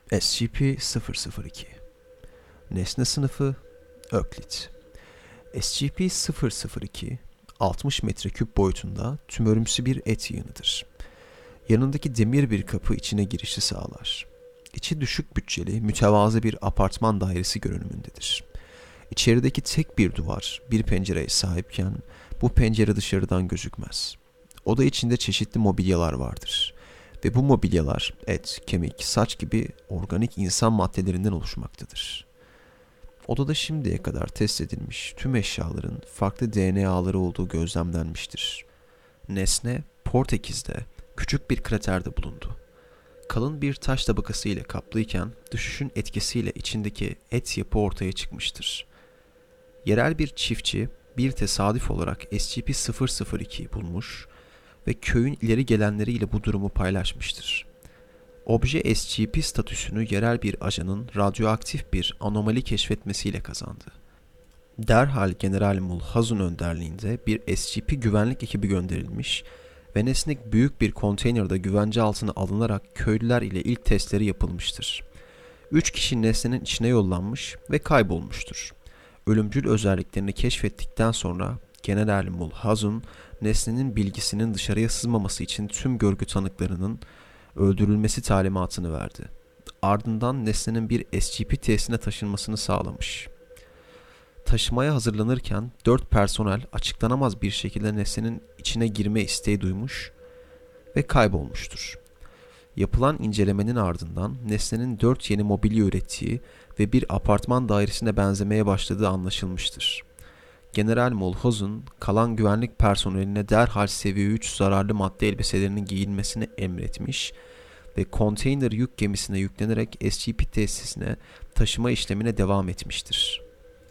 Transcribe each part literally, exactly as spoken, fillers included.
S C P sıfır sıfır iki Nesne sınıfı Öklit. S G P sıfır sıfır iki altmış metreküp boyutunda tümörümsü bir et yığınıdır. Yanındaki demir bir kapı içine girişi sağlar. İçi düşük bütçeli, mütevazı bir apartman dairesi görünümündedir. İçerideki tek bir duvar, bir pencereye sahipken bu pencere dışarıdan gözükmez. Oda içinde çeşitli mobilyalar vardır. Ve bu mobilyalar et, kemik, saç gibi organik insan maddelerinden oluşmaktadır. Odada şimdiye kadar test edilmiş tüm eşyaların farklı D N A'ları olduğu gözlemlenmiştir. Nesne, Portekiz'de küçük bir kraterde bulundu. Kalın bir taş tabakası ile kaplıyken düşüşün etkisiyle içindeki et yapı ortaya çıkmıştır. Yerel bir çiftçi bir tesadüf olarak S G P sıfır sıfır ikiyi bulmuş ve köyün ileri gelenleriyle bu durumu paylaşmıştır. Obje S G P statüsünü yerel bir ajanın radyoaktif bir anomali keşfetmesiyle kazandı. Derhal General Mulhazun önderliğinde bir S G P güvenlik ekibi gönderilmiş ve nesne büyük bir konteynerde güvence altına alınarak köylüler ile ilk testleri yapılmıştır. Üç kişi nesnenin içine yollanmış ve kaybolmuştur. Ölümcül özelliklerini keşfettikten sonra General Mulhazun, nesnenin bilgisinin dışarıya sızmaması için tüm görgü tanıklarının öldürülmesi talimatını verdi. Ardından nesnenin bir S G P tesisine taşınmasını sağlamış. Taşımaya hazırlanırken dört personel açıklanamaz bir şekilde nesnenin içine girme isteği duymuş ve kaybolmuştur. Yapılan incelemenin ardından nesnenin dört yeni mobilya ürettiği ve bir apartman dairesine benzemeye başladığı anlaşılmıştır. General Mulhazun, kalan güvenlik personeline derhal seviye üç zararlı madde elbiselerinin giyilmesini emretmiş ve konteyner yük gemisine yüklenerek S G P tesisine taşıma işlemine devam etmiştir.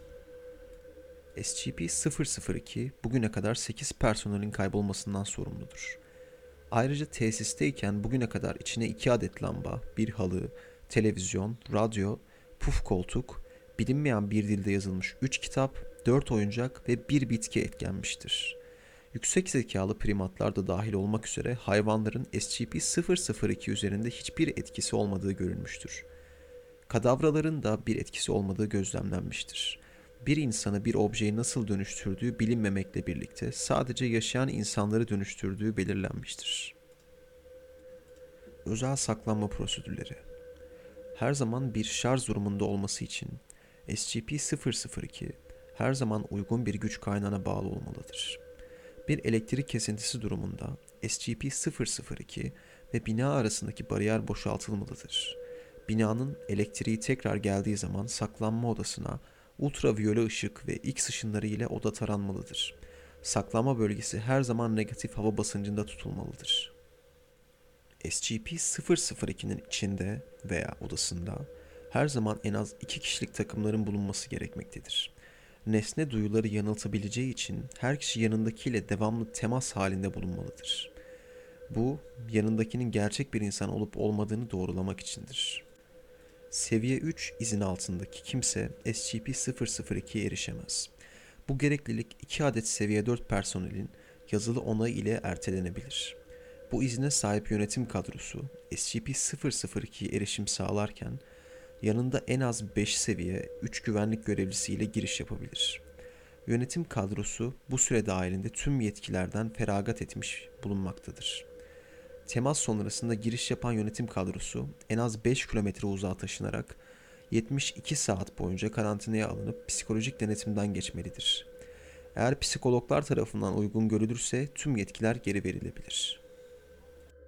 S G P sıfır sıfır iki bugüne kadar sekiz personelin kaybolmasından sorumludur. Ayrıca tesisteyken bugüne kadar içine iki adet lamba, bir halı, televizyon, radyo, puf koltuk, bilinmeyen bir dilde yazılmış üç kitap, dört oyuncak ve bir bitki eklenmiştir. Yüksek zekalı primatlar da dahil olmak üzere hayvanların S G P sıfır sıfır iki üzerinde hiçbir etkisi olmadığı görülmüştür. Kadavraların da bir etkisi olmadığı gözlemlenmiştir. Bir insanı bir objeyi nasıl dönüştürdüğü bilinmemekle birlikte sadece yaşayan insanları dönüştürdüğü belirlenmiştir. Özel saklanma prosedürleri. Her zaman bir şarj durumunda olması için S G P sıfır sıfır iki her zaman uygun bir güç kaynağına bağlı olmalıdır. Bir elektrik kesintisi durumunda S G P sıfır sıfır iki ve bina arasındaki bariyer boşaltılmalıdır. Binanın elektriği tekrar geldiği zaman saklanma odasına ultraviyole ışık ve X ışınları ile oda taranmalıdır. Saklanma bölgesi her zaman negatif hava basıncında tutulmalıdır. S G P sıfır sıfır ikinin içinde veya odasında her zaman en az iki kişilik takımların bulunması gerekmektedir. Nesne duyuları yanıltabileceği için her kişi yanındakiyle devamlı temas halinde bulunmalıdır. Bu, yanındakinin gerçek bir insan olup olmadığını doğrulamak içindir. Seviye üç izin altındaki kimse S G P sıfır sıfır ikiye erişemez. Bu gereklilik iki adet seviye dört personelin yazılı onayı ile ertelenebilir. Bu izne sahip yönetim kadrosu S G P sıfır sıfır ikiye erişim sağlarken yanında en az beş seviye üç güvenlik görevlisi ile giriş yapabilir. Yönetim kadrosu bu süre dahilinde tüm yetkilerden feragat etmiş bulunmaktadır. Temas sonrasında giriş yapan yönetim kadrosu en az beş kilometre uzağa taşınarak yetmiş iki saat boyunca karantinaya alınıp psikolojik denetimden geçmelidir. Eğer psikologlar tarafından uygun görülürse tüm yetkiler geri verilebilir.